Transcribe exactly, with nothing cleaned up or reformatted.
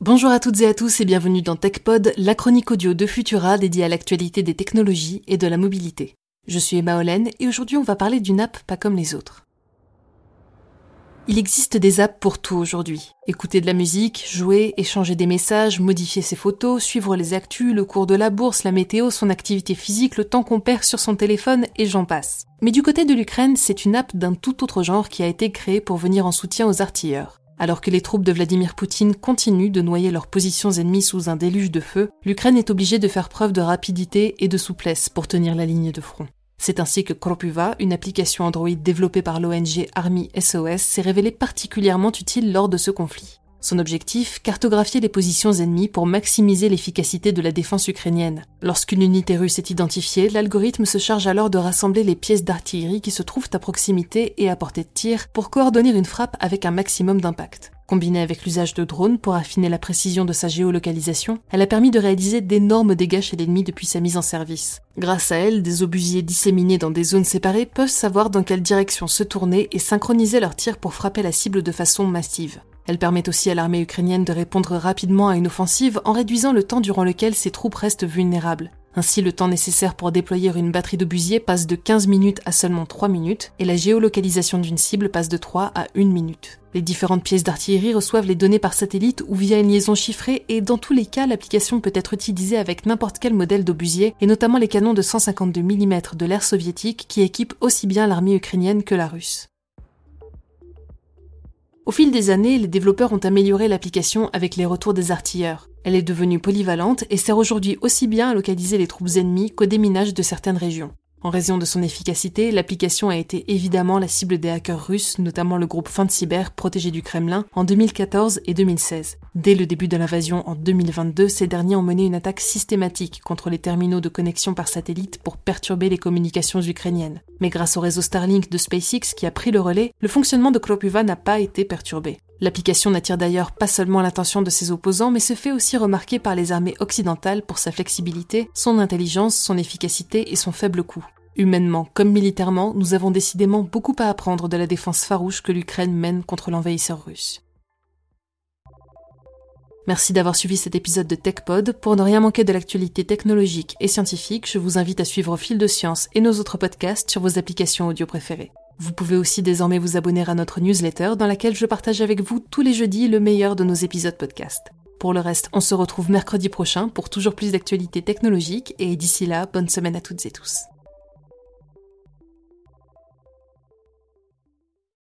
Bonjour à toutes et à tous et bienvenue dans TechPod, la chronique audio de Futura dédiée à l'actualité des technologies et de la mobilité. Je suis Emma Hollen et aujourd'hui on va parler d'une app pas comme les autres. Il existe des apps pour tout aujourd'hui. Écouter de la musique, jouer, échanger des messages, modifier ses photos, suivre les actus, le cours de la bourse, la météo, son activité physique, le temps qu'on perd sur son téléphone et j'en passe. Mais du côté de l'Ukraine, c'est une app d'un tout autre genre qui a été créée pour venir en soutien aux artilleurs. Alors que les troupes de Vladimir Poutine continuent de noyer leurs positions ennemies sous un déluge de feu, l'Ukraine est obligée de faire preuve de rapidité et de souplesse pour tenir la ligne de front. C'est ainsi que Kropuva, une application Android développée par l'O N G Army S O S, s'est révélée particulièrement utile lors de ce conflit. Son objectif, cartographier les positions ennemies pour maximiser l'efficacité de la défense ukrainienne. Lorsqu'une unité russe est identifiée, l'algorithme se charge alors de rassembler les pièces d'artillerie qui se trouvent à proximité et à portée de tir pour coordonner une frappe avec un maximum d'impact. Combinée avec l'usage de drones pour affiner la précision de sa géolocalisation, elle a permis de réaliser d'énormes dégâts chez l'ennemi depuis sa mise en service. Grâce à elle, des obusiers disséminés dans des zones séparées peuvent savoir dans quelle direction se tourner et synchroniser leurs tirs pour frapper la cible de façon massive. Elle permet aussi à l'armée ukrainienne de répondre rapidement à une offensive en réduisant le temps durant lequel ses troupes restent vulnérables. Ainsi, le temps nécessaire pour déployer une batterie d'obusiers passe de quinze minutes à seulement trois minutes et la géolocalisation d'une cible passe de trois à une minute. Les différentes pièces d'artillerie reçoivent les données par satellite ou via une liaison chiffrée et dans tous les cas, l'application peut être utilisée avec n'importe quel modèle d'obusier et notamment les canons de cent cinquante-deux millimètres de l'ère soviétique qui équipent aussi bien l'armée ukrainienne que la russe. Au fil des années, les développeurs ont amélioré l'application avec les retours des artilleurs. Elle est devenue polyvalente et sert aujourd'hui aussi bien à localiser les troupes ennemies qu'au déminage de certaines régions. En raison de son efficacité, l'application a été évidemment la cible des hackers russes, notamment le groupe FunCyber protégé du Kremlin, en deux mille quatorze et deux mille seize. Dès le début de l'invasion en deux mille vingt-deux, ces derniers ont mené une attaque systématique contre les terminaux de connexion par satellite pour perturber les communications ukrainiennes. Mais grâce au réseau Starlink de SpaceX qui a pris le relais, le fonctionnement de Kropuva n'a pas été perturbé. L'application n'attire d'ailleurs pas seulement l'attention de ses opposants, mais se fait aussi remarquer par les armées occidentales pour sa flexibilité, son intelligence, son efficacité et son faible coût. Humainement comme militairement, nous avons décidément beaucoup à apprendre de la défense farouche que l'Ukraine mène contre l'envahisseur russe. Merci d'avoir suivi cet épisode de TechPod. Pour ne rien manquer de l'actualité technologique et scientifique, je vous invite à suivre Fil de Science et nos autres podcasts sur vos applications audio préférées. Vous pouvez aussi désormais vous abonner à notre newsletter dans laquelle je partage avec vous tous les jeudis le meilleur de nos épisodes podcast. Pour le reste, on se retrouve mercredi prochain pour toujours plus d'actualités technologiques et d'ici là, bonne semaine à toutes et tous.